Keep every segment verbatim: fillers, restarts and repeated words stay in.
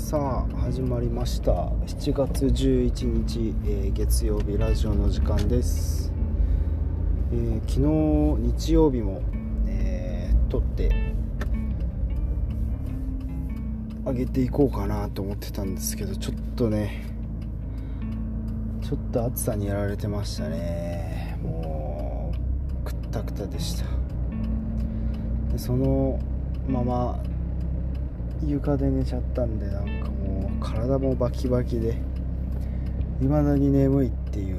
さあ始まりました。しちがつじゅういちにち、えー、月曜日ラジオの時間です。えー、昨日日曜日も、えー、撮ってあげていこうかなと思ってたんですけど、ちょっとねちょっと暑さにやられてましたね。もうくったくたでした。でそのまま床で寝ちゃったんで、なんかもう体もバキバキで未だに眠いっていう、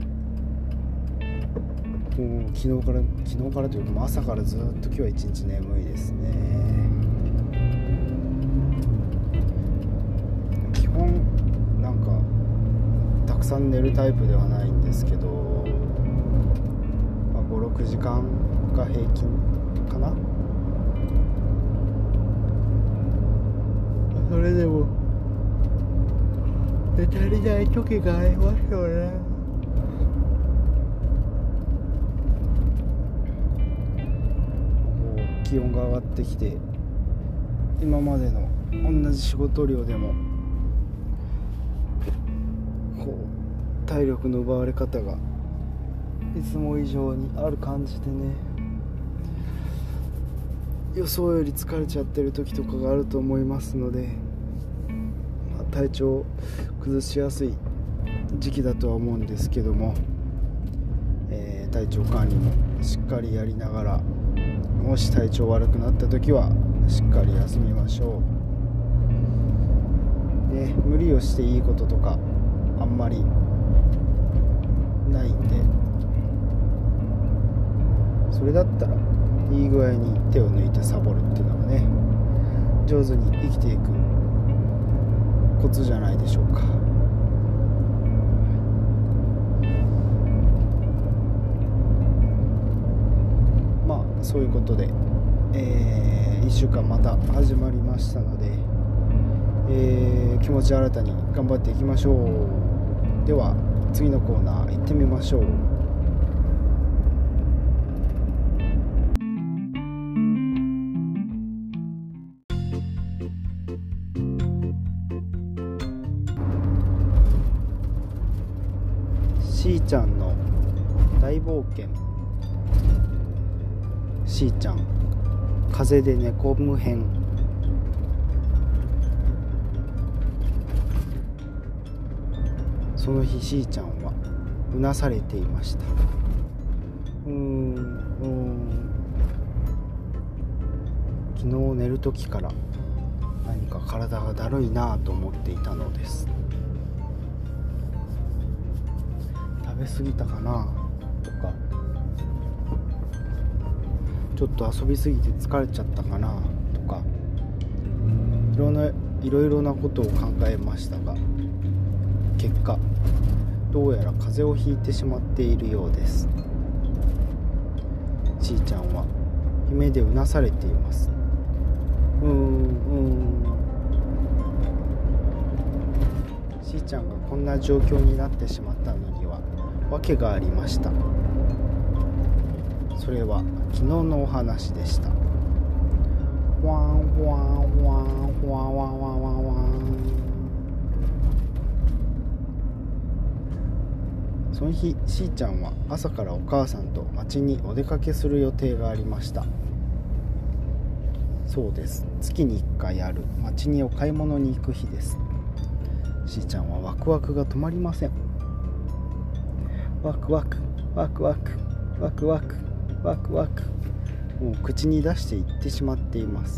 もう昨日から昨日からというかもう朝からずっと今日は一日眠いですね。基本なんかたくさん寝るタイプではないんですけど、まあ、ごろくじかんが平均かな。それでも寝足りない時がありますよね。もう気温が上がってきて、今までの同じ仕事量でもこう体力の奪われ方がいつも以上にある感じでね、予想より疲れちゃってる時とかがあると思いますので、まあ、体調を崩しやすい時期だとは思うんですけども、えー、体調管理もしっかりやりながら、もし体調悪くなった時はしっかり休みましょう。で、無理をしていいこととかあんまりないんで、それだったらいい具合に手を抜いてサボるっていうのがね、上手に生きていくコツじゃないでしょうか。まあそういうことで、えー、いっしゅうかんまた始まりましたので、えー、気持ち新たに頑張っていきましょう。では次のコーナー行ってみましょう。しーちゃんの大冒険。しーちゃん風で寝込む編。その日しーちゃんはうなされていました。うーんうーん昨日寝る時から何か体がだるいなと思っていたのです。食べ過ぎたかなとか、ちょっと遊びすぎて疲れちゃったかなとか、いろんないろいろなことを考えましたが、結果どうやら風邪をひいてしまっているようです。ちーちゃんは悲鳴でうなされています。うーんうーんしーちゃんがこんな状況になってしまったのには訳がありました。それは昨日のお話でした。ワンワンワンワンワンワンワンワン。その日しーちゃんは朝からお母さんと町にお出かけする予定がありました。そうです、月にいっかいある町にお買い物に行く日です。しーちゃんはワクワクが止まりません。ワクワクワクワクワクワクワクワク、もう口に出して言ってしまっています。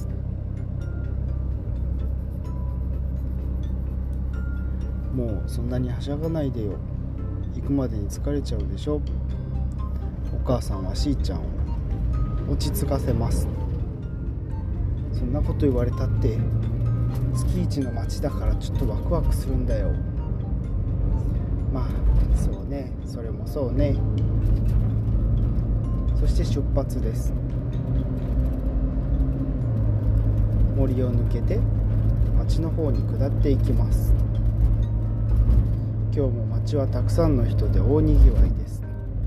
もうそんなにはしゃがないでよ、行くまでに疲れちゃうでしょ。お母さんはしーちゃんを落ち着かせます。そんなこと言われたって月一の街だからちょっとワクワクするんだよ。まあそうね、それもそうね。そして出発です。森を抜けて町の方に下っていきます。今日も町はたくさんの人で大にぎわいです。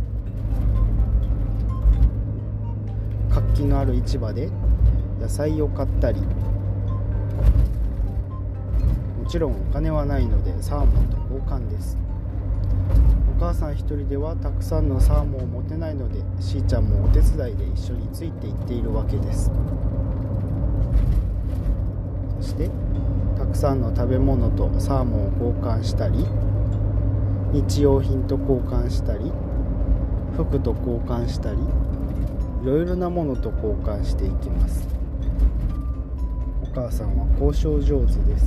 活気のある市場で野菜を買ったり、 ちろんお金はないのでサーモンと交換です。お母さん一人ではたくさんのサーモンを持てないので、しーちゃんもお手伝いで一緒についていっているわけです。そしてたくさんの食べ物とサーモンを交換したり、日用品と交換したり、服と交換したり、いろいろなものと交換していきます。お母さんは交渉上手です。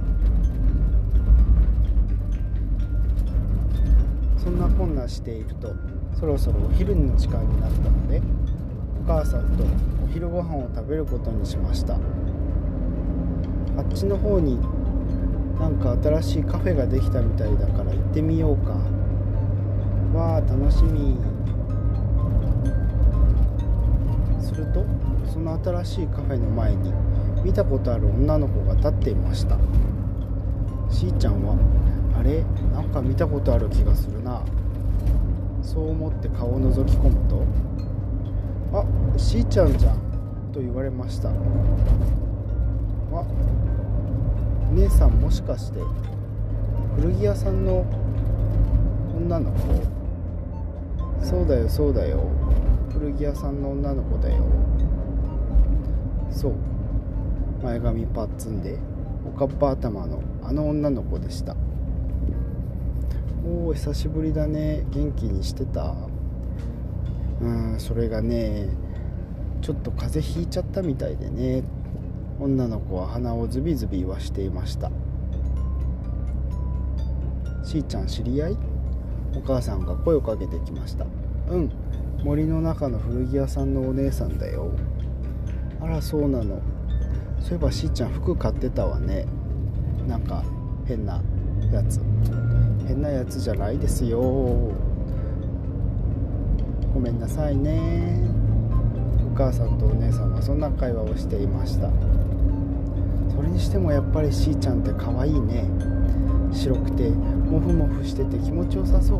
そんなこんなしていると、そろそろお昼の時間になったので、お母さんとお昼ご飯を食べることにしました。あっちの方になんか新しいカフェができたみたいだから行ってみようか。わあ、楽しみ。するとその新しいカフェの前に見たことある女の子が立っていました。しーちゃんはあれ、なんか見たことある気がするな。そう思って顔を覗き込むと、あ、しーちゃんじゃんと言われました。あ、お姉さんもしかして古着屋さんの女の子？そうだよそうだよ、古着屋さんの女の子だよ。そう、前髪パッツンでおかっぱ頭のあの女の子でした。おー、久しぶりだね。元気にしてた？うん、それがね、ちょっと風邪ひいちゃったみたいでね。女の子は鼻をズビズビ言わしていました。しーちゃん知り合い？お母さんが声をかけてきました。うん、森の中の古着屋さんのお姉さんだよ。あら、そうなの。そういえばしーちゃん服買ってたわね。なんか変なやつ。変なやつじゃないですよ。ごめんなさいね。お母さんとお姉さんはそんな会話をしていました。それにしてもやっぱりしーちゃんって可愛いね。白くてモフモフしてて気持ちよさそう。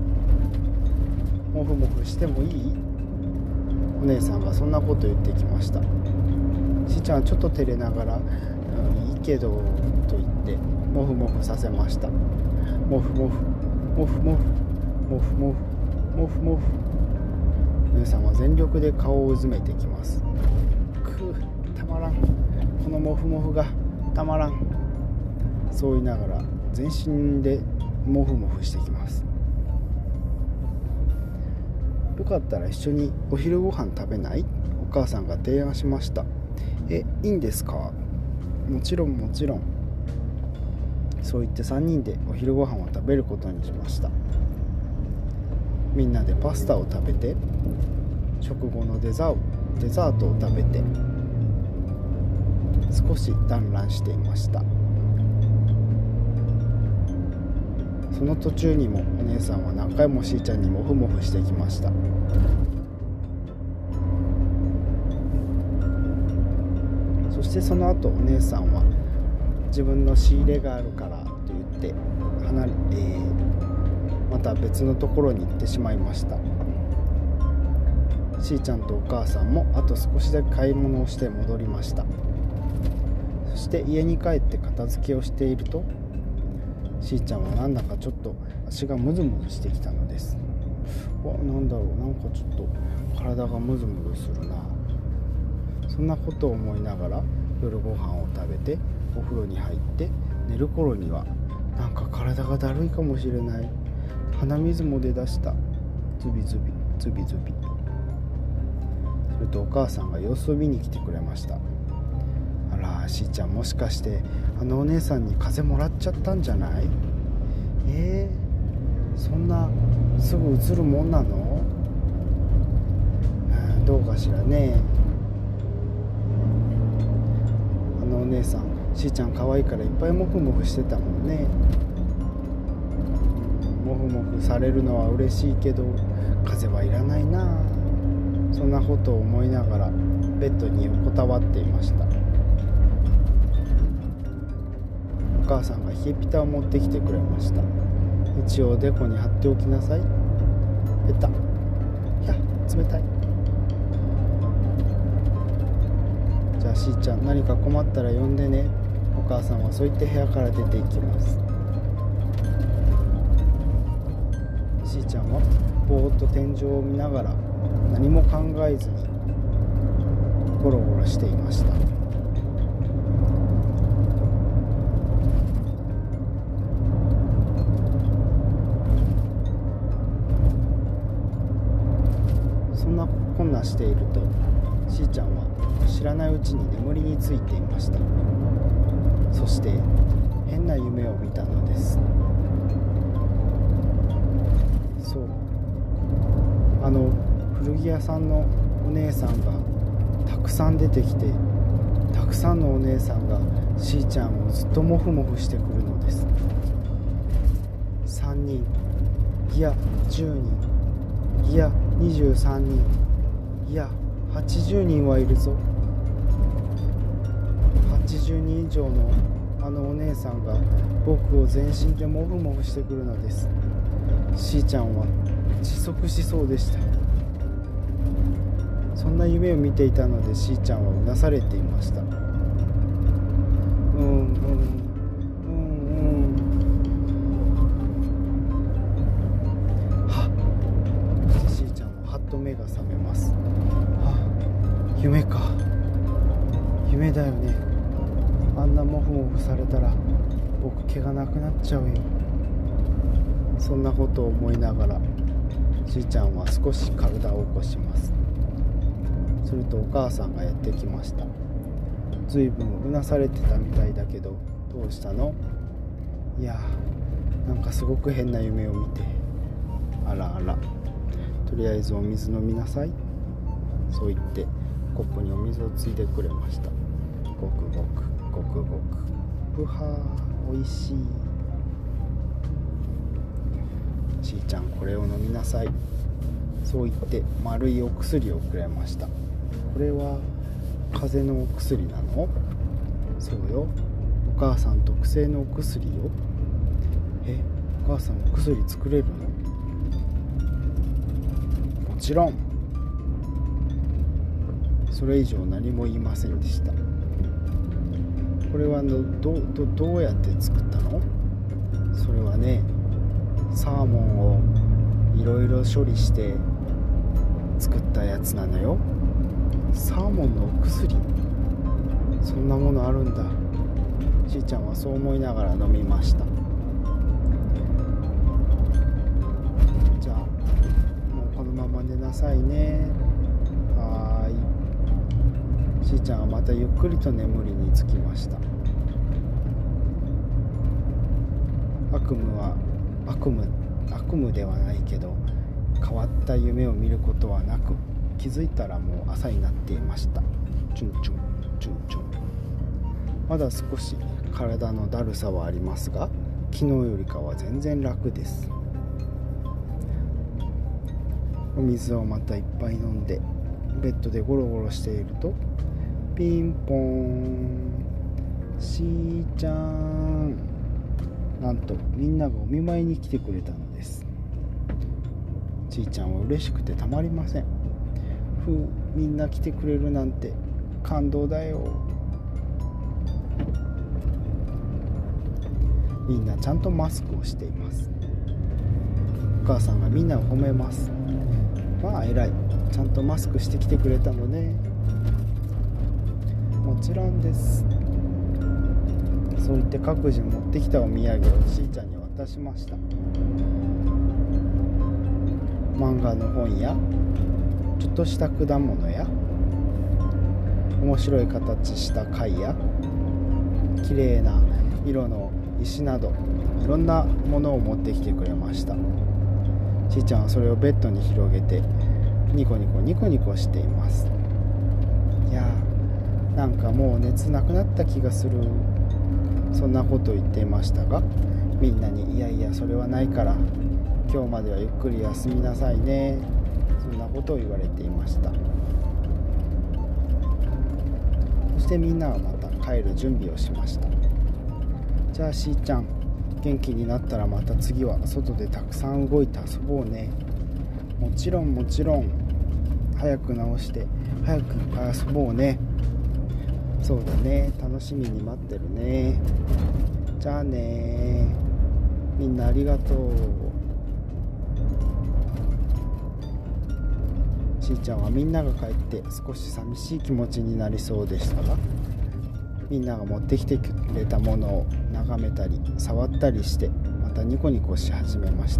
モフモフしてもいい？お姉さんがそんなこと言ってきました。しーちゃんはちょっと照れながら、うん、いいけどと言ってモフモフさせました。モフモフモフモフモフモフモフモフ。お姉さんは全力で顔をうずめてきます。くー、たまらん、このモフモフがたまらん。そう言いながら全身でモフモフしてきます。よかったら一緒にお昼ご飯食べない？お母さんが提案しました。え、いいんですか？もちろんもちろん。そう言ってさんにんでお昼ご飯を食べることにしました。みんなでパスタを食べて、食後のデザート、デザートを食べて少し団らんしていました。その途中にもお姉さんは何回もしーちゃんにモフモフしてきました。そしてその後お姉さんは自分の仕入れがあるからと言って離れ、えー、また別のところに行ってしまいました。しーちゃんとお母さんもあと少しだけ買い物をして戻りました。そして家に帰って片付けをしていると、しーちゃんはなんだかちょっと足がムズムズしてきたのです。わ、なんだろう、なんかちょっと体がムズムズするな。そんなことを思いながら夜ご飯を食べてお風呂に入って寝る頃には、なんか体がだるいかもしれない。鼻水も出だした。ズビズビズビズビ。するとお母さんが様子を見に来てくれました。あら、しーちゃんもしかしてあのお姉さんに風邪もらっちゃったんじゃない？えー、そんなすぐうつるもんなの？あ、どうかしらね。あのお姉さん、しーちゃん可愛いからいっぱいモフモフしてたもんね。モフモフされるのは嬉しいけど風邪はいらないな。そんなことを思いながらベッドに横たわっていました。お母さんが冷えピタを持ってきてくれました。一応デコに貼っておきなさい。ペタ。いや、冷たい。じゃあしーちゃん、何か困ったら呼んでね。 お母さんはそう言って部屋から出ていきます。しーちゃんはぼーっと天井を見ながら何も考えずにゴロゴロしていました。そんなこんなしているとしーちゃんは知らないうちに眠りについていました。そして変な夢を見たのです。そう、あの古着屋さんのお姉さんがたくさん出てきて、たくさんのお姉さんがしーちゃんをずっとモフモフしてくるのです。さんにん、いやじゅうにん、いやにじゅうさんにん、いやはちじゅうにんはいるぞ。はちじゅうにん以上のあのお姉さんが僕を全身でモフモフしてくるのです。しーちゃんは窒息しそうでした。そんな夢を見ていたのでしーちゃんはうなされていました。うんうんうんうんはっ、しーちゃんははっと目が覚めます。はっ、夢か、夢だよね。あんなモフモフされたら僕毛がなくなっちゃうよ。そんなことを思いながらしーちゃんは少し体を起こします。するとお母さんがやってきました。ずいぶんうなされてたみたいだけどどうしたの？いやー、なんかすごく変な夢を見て。あらあら、とりあえずお水飲みなさい。そう言ってコップにお水をついでくれました。ごくごくごくごく、ぷはー、おいしい。しーちゃん、これを飲みなさい。そう言って丸いお薬をくれました。これは風邪のお薬なの？そうよ、お母さん特製のお薬よ。え、お母さんお薬作れるの？もちろん。それ以上何も言いませんでした。これはの ど, ど, どうやって作ったの？それはね、サーモンをいろいろ処理して作ったやつなのよ。サーモンのお薬、そんなものあるんだ。しーちゃんはそう思いながら飲みました。じゃあもうこのまま寝なさいね。はーい。しーちゃんはまたゆっくりと眠りにつきました。悪夢は悪夢悪夢ではないけど変わった夢を見ることはなく、気づいたらもう朝になっていました。チュンチュンチュンチュン。まだ少し体のだるさはありますが、昨日よりかは全然楽です。お水をまたいっぱい飲んでベッドでゴロゴロしていると、ピンポーン、しーちゃん、なんとみんながお見舞いに来てくれたのです。しーちゃんは嬉しくてたまりません。ふう、みんな来てくれるなんて感動だよ。みんなちゃんとマスクをしています。お母さんがみんなを褒めます。まあ偉い、ちゃんとマスクしてきてくれたのね。もちろんです。そう言って各自持ってきたお土産をしーちゃんに渡しました。漫画の本やちょっとした果物や面白い形した貝や綺麗な色の石など、いろんなものを持ってきてくれました。しーちゃんはそれをベッドに広げてニコニコニコニコしています。いやー、なんかもう熱なくなった気がする、そんなことを言っていましたが、みんなにいやいやそれはないから今日まではゆっくり休みなさいね、そんなことを言われていました。そしてみんなはまた帰る準備をしました。じゃあしーちゃん、元気になったらまた次は外でたくさん動いて遊ぼうね。もちろんもちろん、早く治して早くいっぱい遊ぼうね。 そうだね、楽しみに待ってるね。じゃあね、みんなありがとう。しーちゃんはみんなが帰って少し寂しい気持ちになりそうでしたが、みんなが持ってきてくれたものを眺めたり触ったりしてまたニコニコし始めました。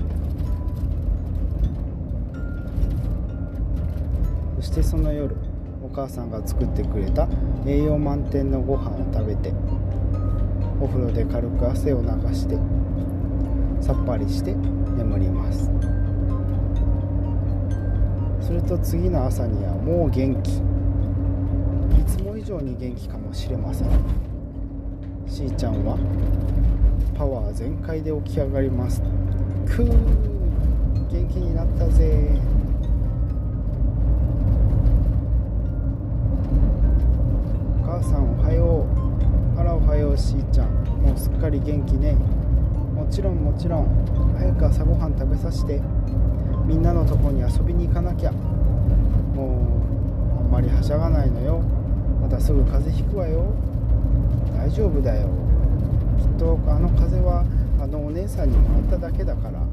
そしてその夜、お母さんが作ってくれた栄養満点のご飯を食べて、お風呂で軽く汗を流してさっぱりして眠ります。すると次の朝にはもう元気、いつも以上に元気かもしれません。しーちゃんはパワー全開で起き上がります。くー、元気になったぜ。お母さんおはよう。あらおはようしーちゃん、もうすっかり元気ね。もちろんもちろん、早く朝ごはん食べさせて、みんなのとこに遊びに行かなきゃ。もうあんまりはしゃがないのよ。またすぐ風邪ひくわよ。大丈夫だよ。きっとあの風邪はあのお姉さんにもらっただけだから。ああ、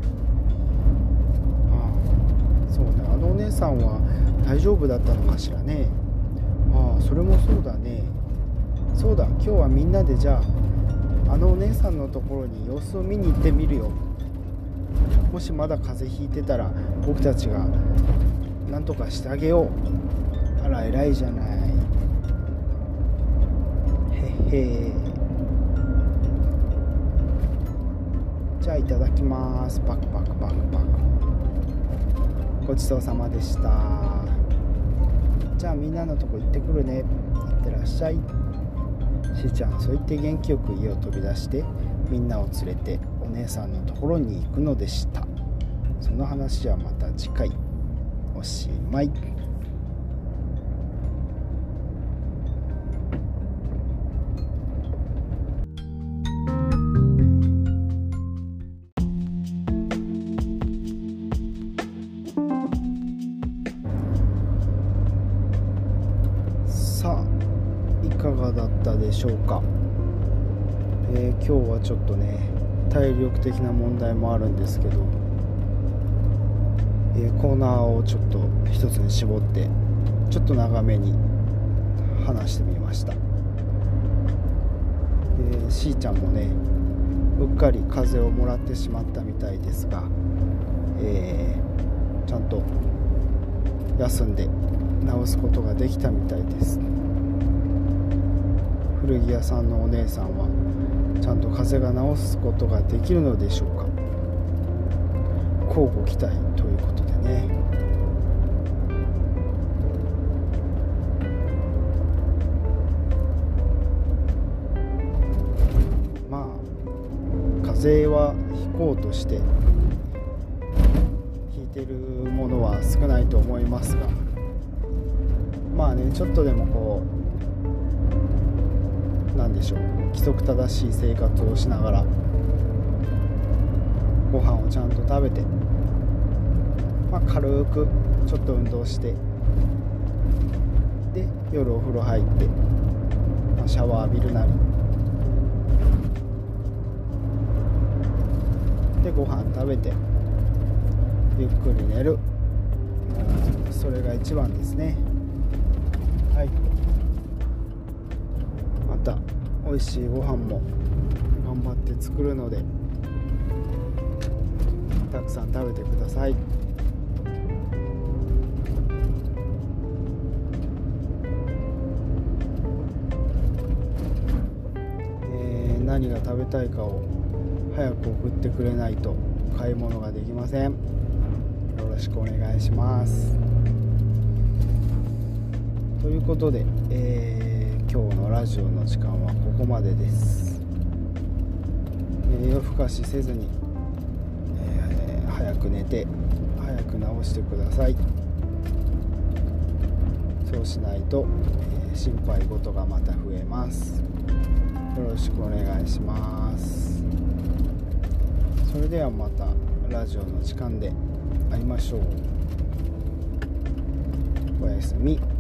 そうね、あのお姉さんは大丈夫だったのかしらね。ああ、それもそうだね。そうだ、今日はみんなでじゃああのお姉さんのところに様子を見に行ってみるよ。もしまだ風邪ひいてたら僕たちが何とかしてあげよう。あら偉いじゃない。へへ。じゃあいただきます。パクパクパクパク。ごちそうさまでした。じゃあみんなのとこ行ってくるね。いってらっしゃい。しーちゃんそう言って元気よく家を飛び出してみんなを連れてお姉さんのところに行くのでした。その話はまた次回。おしまい。さあいかがだったでしょうか。えー、今日はちょっとね体力的な問題もあるんですけど、えー、コーナーをちょっと一つに絞ってちょっと長めに話してみました。えー、しーちゃんもねうっかり風邪をもらってしまったみたいですが、えー、ちゃんと休んで治すことができたみたいです。古着屋さんのお姉さんはちゃんと風邪が治すことができるのでしょうか。乞うご期待ということでね。まあ風邪はひこうとしてひいてるものは少ないと思いますが、まあねちょっとでもこうなんでしょう、規則正しい生活をしながらご飯をちゃんと食べて、まあ、軽くちょっと運動して、で夜お風呂入って、まあ、シャワー浴びるなりでご飯食べてゆっくり寝る、それが一番ですね。はい、また美味しいご飯も頑張って作るのでたくさん食べてください。えー、何が食べたいかを早く送ってくれないと買い物ができません。よろしくお願いします。ということで、えー、今日のラジオの時間はここまでです。えー、夜更かしせずに、えー、早く寝て早く治してください。そうしないと、えー、心配事がまた増えます。よろしくお願いします。それではまたラジオの時間で会いましょう。おやすみ。